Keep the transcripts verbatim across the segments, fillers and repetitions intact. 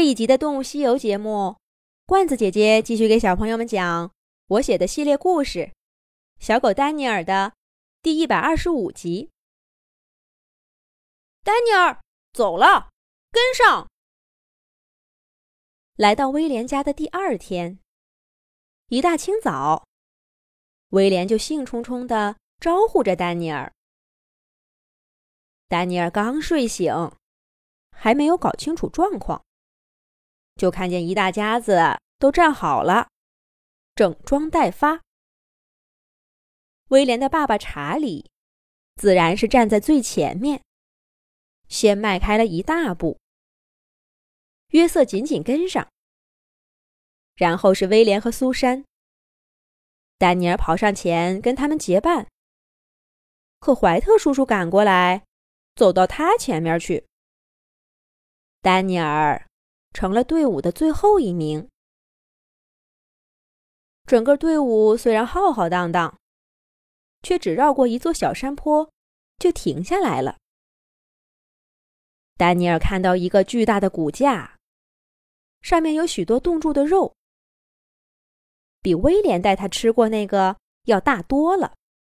一集的《动物西游》节目，罐子姐姐继续给小朋友们讲我写的系列故事《小狗丹尼尔》的第一百二十五集。丹尼尔，走了，跟上！来到威廉家的第二天，一大清早，威廉就兴冲冲地招呼着丹尼尔。丹尼尔刚睡醒，还没有搞清楚状况，就看见一大家子都站好了，整装待发。威廉的爸爸查理自然是站在最前面，先迈开了一大步，约瑟紧紧跟上，然后是威廉和苏珊。丹尼尔跑上前跟他们结伴，可怀特叔叔赶过来，走到他前面去。丹尼尔成了队伍的最后一名。整个队伍虽然浩浩荡荡，却只绕过一座小山坡就停下来了。丹尼尔看到一个巨大的骨架，上面有许多冻住的肉，比威廉带他吃过那个要大多了。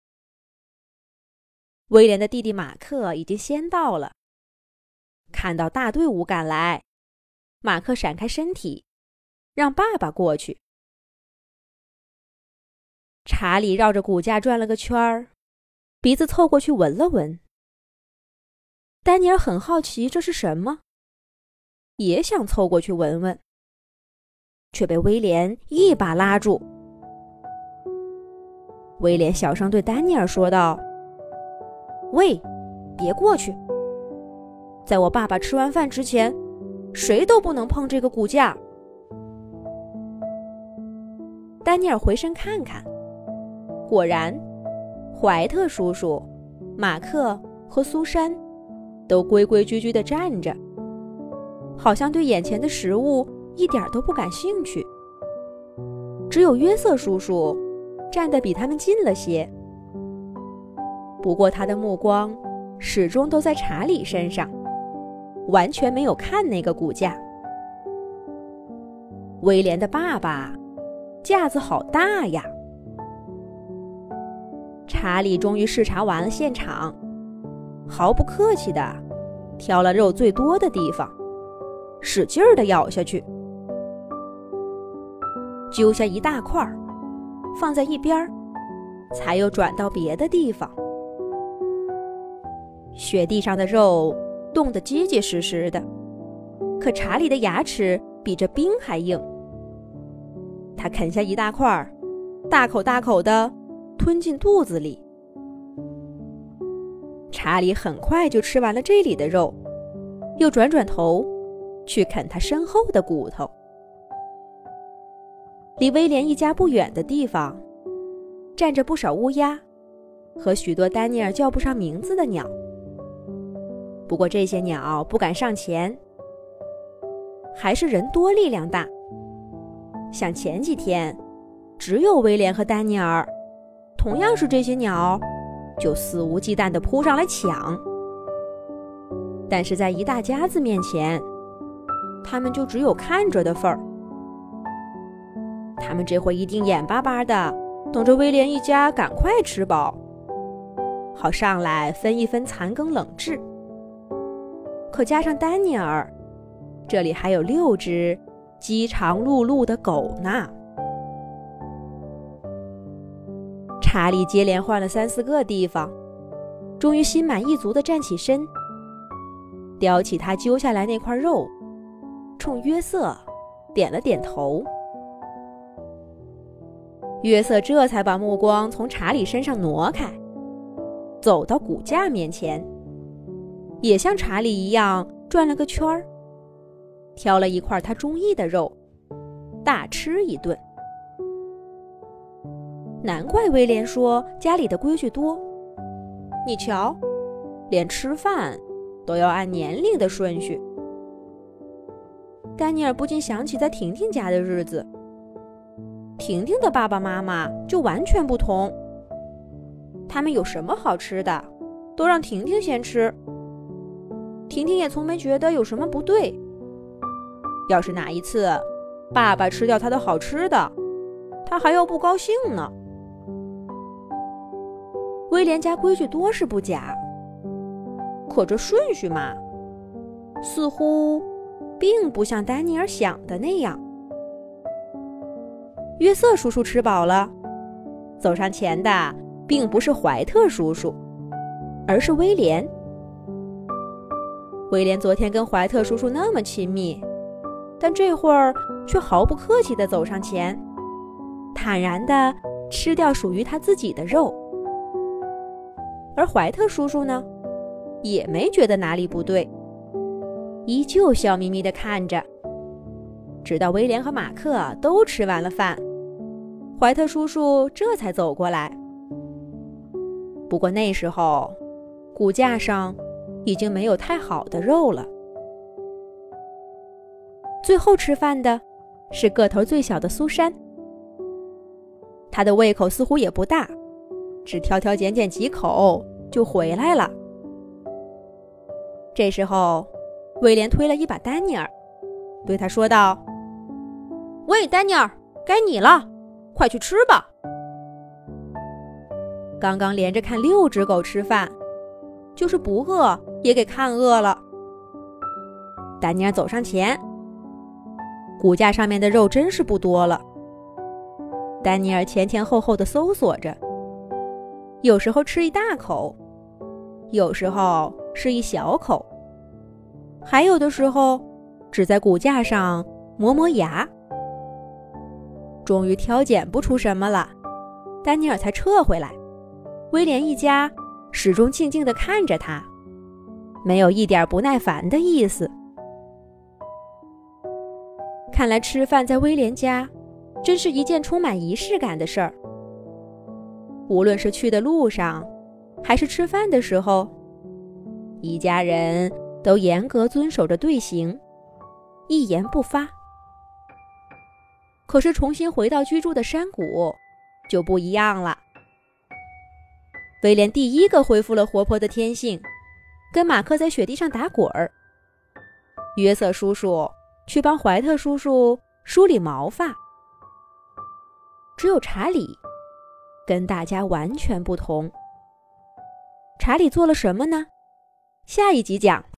威廉的弟弟马克已经先到了，看到大队伍赶来，马克闪开身体，让爸爸过去。查理绕着骨架转了个圈儿，鼻子凑过去闻了闻。丹尼尔很好奇这是什么，也想凑过去闻闻，却被威廉一把拉住。威廉小声对丹尼尔说道：“喂，别过去！在我爸爸吃完饭之前，谁都不能碰这个骨架。”丹尼尔回身看看，果然，怀特叔叔、马克和苏珊都规规矩矩地站着，好像对眼前的食物一点都不感兴趣。只有约瑟叔叔站得比他们近了些，不过他的目光始终都在查理身上，完全没有看那个骨架。威廉的爸爸架子好大呀！查理终于视察完了现场，毫不客气地挑了肉最多的地方，使劲儿地咬下去，揪下一大块放在一边，才又转到别的地方。雪地上的肉冻得结结实实的，可查理的牙齿比这冰还硬。他啃下一大块，大口大口地吞进肚子里。查理很快就吃完了这里的肉，又转转头去啃他身后的骨头。离威廉一家不远的地方，站着不少乌鸦和许多丹尼尔叫不上名字的鸟。不过这些鸟不敢上前，还是人多力量大。像前几天，只有威廉和丹尼尔，同样是这些鸟，就肆无忌惮地扑上来抢。但是在一大家子面前，他们就只有看着的份儿。他们这回一定眼巴巴的等着威廉一家赶快吃饱，好上来分一分残羹冷炙。可加上丹尼尔，这里还有六只饥肠辘辘的狗呢。查理接连换了三四个地方，终于心满意足地站起身，叼起他揪下来那块肉，冲约瑟点了点头。约瑟这才把目光从查理身上挪开，走到骨架面前，也像查理一样转了个圈儿，挑了一块他中意的肉，大吃一顿。难怪威廉说家里的规矩多，你瞧，连吃饭都要按年龄的顺序。丹尼尔不禁想起在婷婷家的日子，婷婷的爸爸妈妈就完全不同，他们有什么好吃的，都让婷婷先吃，婷婷也从没觉得有什么不对。 要是哪一次爸爸吃掉他的好吃的，他还要不高兴呢。威廉家规矩多是不假，可这顺序嘛，似乎并不像丹尼尔想的那样。约瑟叔叔吃饱了，走上前的并不是怀特叔叔，而是威廉。威廉昨天跟怀特叔叔那么亲密，但这会儿却毫不客气地走上前，坦然地吃掉属于他自己的肉。而怀特叔叔呢，也没觉得哪里不对，依旧笑眯眯地看着，直到威廉和马克都吃完了饭，怀特叔叔这才走过来。不过那时候骨架上已经没有太好的肉了。最后吃饭的是个头最小的苏珊，她的胃口似乎也不大，只挑挑拣拣几口就回来了。这时候威廉推了一把丹尼尔，对他说道：喂，丹尼尔，该你了，快去吃吧。刚刚连着看六只狗吃饭，就是不饿也给看饿了。丹尼尔走上前，骨架上面的肉真是不多了。丹尼尔前前后后地搜索着，有时候吃一大口，有时候是一小口，还有的时候只在骨架上磨磨牙。终于挑拣不出什么了，丹尼尔才撤回来。威廉一家始终静静地看着他，没有一点不耐烦的意思。看来吃饭在威廉家真是一件充满仪式感的事儿。无论是去的路上，还是吃饭的时候，一家人都严格遵守着队形，一言不发。可是重新回到居住的山谷就不一样了。威廉第一个恢复了活泼的天性，跟马克在雪地上打滚儿。约瑟叔叔去帮怀特叔叔梳理毛发。只有查理跟大家完全不同。查理做了什么呢？下一集讲。